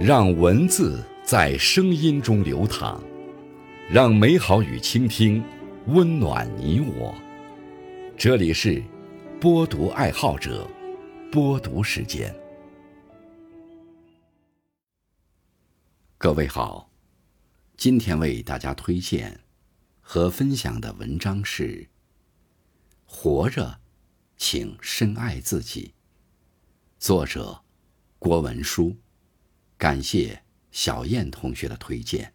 让文字在声音中流淌，让美好与倾听温暖你我。这里是播读爱好者播读时间。各位好，今天为大家推荐和分享的文章是活着，请深爱自己。作者郭文书，感谢小燕同学的推荐。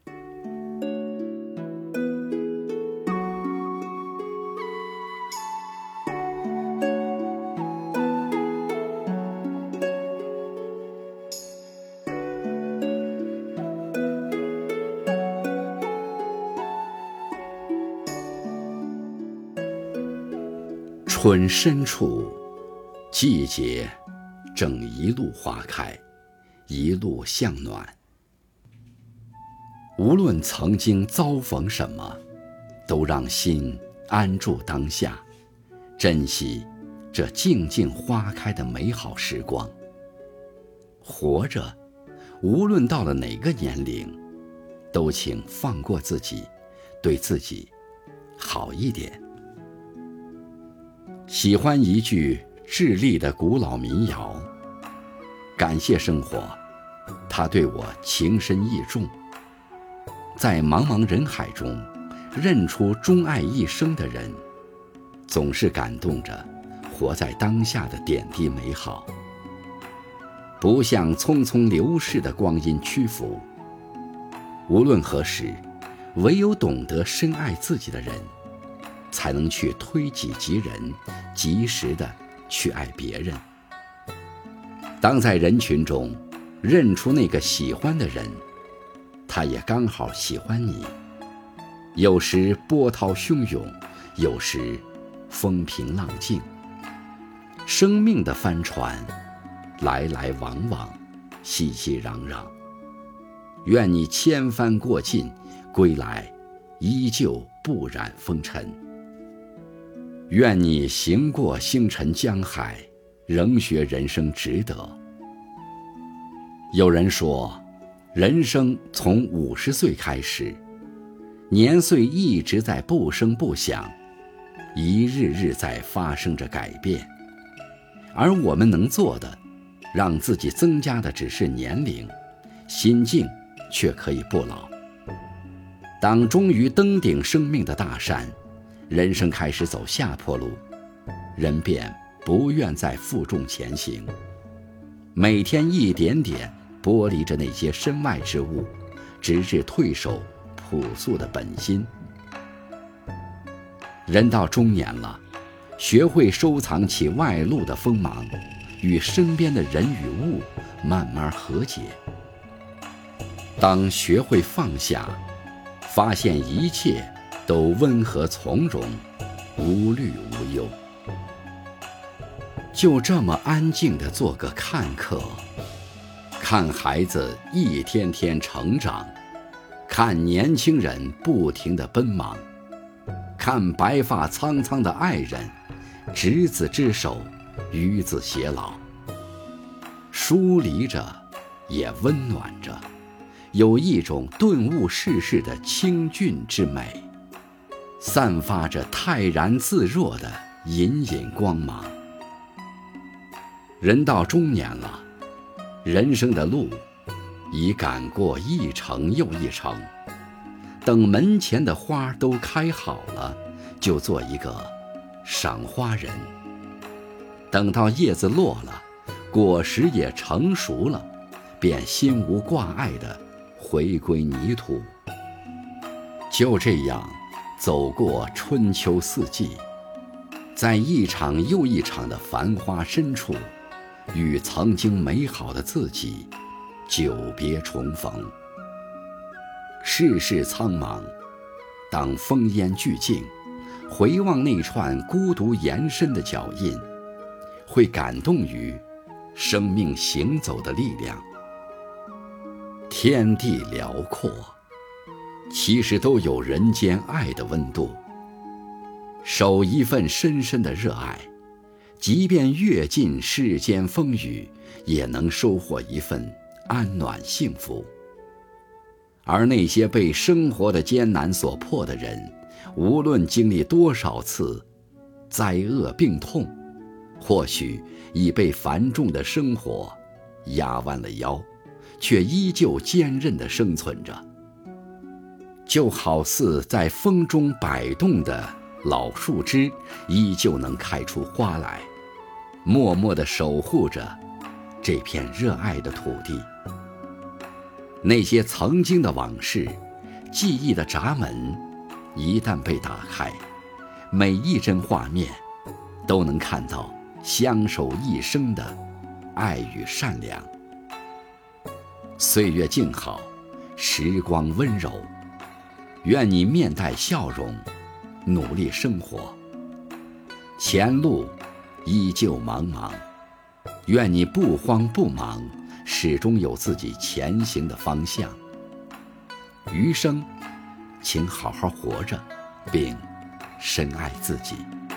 春深处，季节正一路花开，一路向暖。无论曾经遭逢什么，都让心安住当下，珍惜这静静花开的美好时光。活着，无论到了哪个年龄，都请放过自己，对自己好一点。喜欢一句智利的古老民谣：感谢生活，它对我情深意重。在茫茫人海中，认出钟爱一生的人，总是感动着活在当下的点滴美好。不向匆匆流逝的光阴屈服。无论何时，唯有懂得深爱自己的人，才能去推己及人，及时的去爱别人。当在人群中认出那个喜欢的人，他也刚好喜欢你。有时波涛汹涌，有时风平浪静。生命的帆船来来往往，熙熙攘攘。愿你千帆过尽，归来依旧不染风尘。愿你行过星辰江海，仍觉人生值得。有人说，人生从50岁开始，年岁一直在不声不响，一日日在发生着改变。而我们能做的，让自己增加的只是年龄，心境却可以不老。当终于登顶生命的大山，人生开始走下坡路，人便不愿再负重前行。每天一点点剥离着那些身外之物，直至退守朴素的本心。人到中年了，学会收藏起外露的锋芒，与身边的人与物慢慢和解。当学会放下，发现一切都温和从容，无虑无忧。就这么安静地做个看客，看孩子一天天成长，看年轻人不停地奔忙，看白发苍苍的爱人执子之手，与子偕老。疏离着，也温暖着，有一种顿悟世事的清俊之美，散发着泰然自若的隐隐光芒。人到中年了，人生的路已赶过一程又一程。等门前的花都开好了，就做一个赏花人。等到叶子落了，果实也成熟了，便心无挂碍地回归泥土。就这样走过春秋四季，在一场又一场的繁花深处，与曾经美好的自己久别重逢。世事苍茫，当烽烟俱尽，回望那串孤独延伸的脚印，会感动于生命行走的力量。天地辽阔，其实都有人间爱的温度。守一份深深的热爱，即便阅尽世间风雨，也能收获一份安暖幸福。而那些被生活的艰难所迫的人，无论经历多少次灾厄病痛，或许已被繁重的生活压弯了腰，却依旧坚韧地生存着，就好似在风中摆动的老树枝，依旧能开出花来，默默地守护着这片热爱的土地。那些曾经的往事，记忆的闸门一旦被打开，每一帧画面都能看到相守一生的爱与善良。岁月静好，时光温柔，愿你面带笑容，努力生活。前路依旧茫茫，愿你不慌不忙，始终有自己前行的方向。余生，请好好活着，并深爱自己。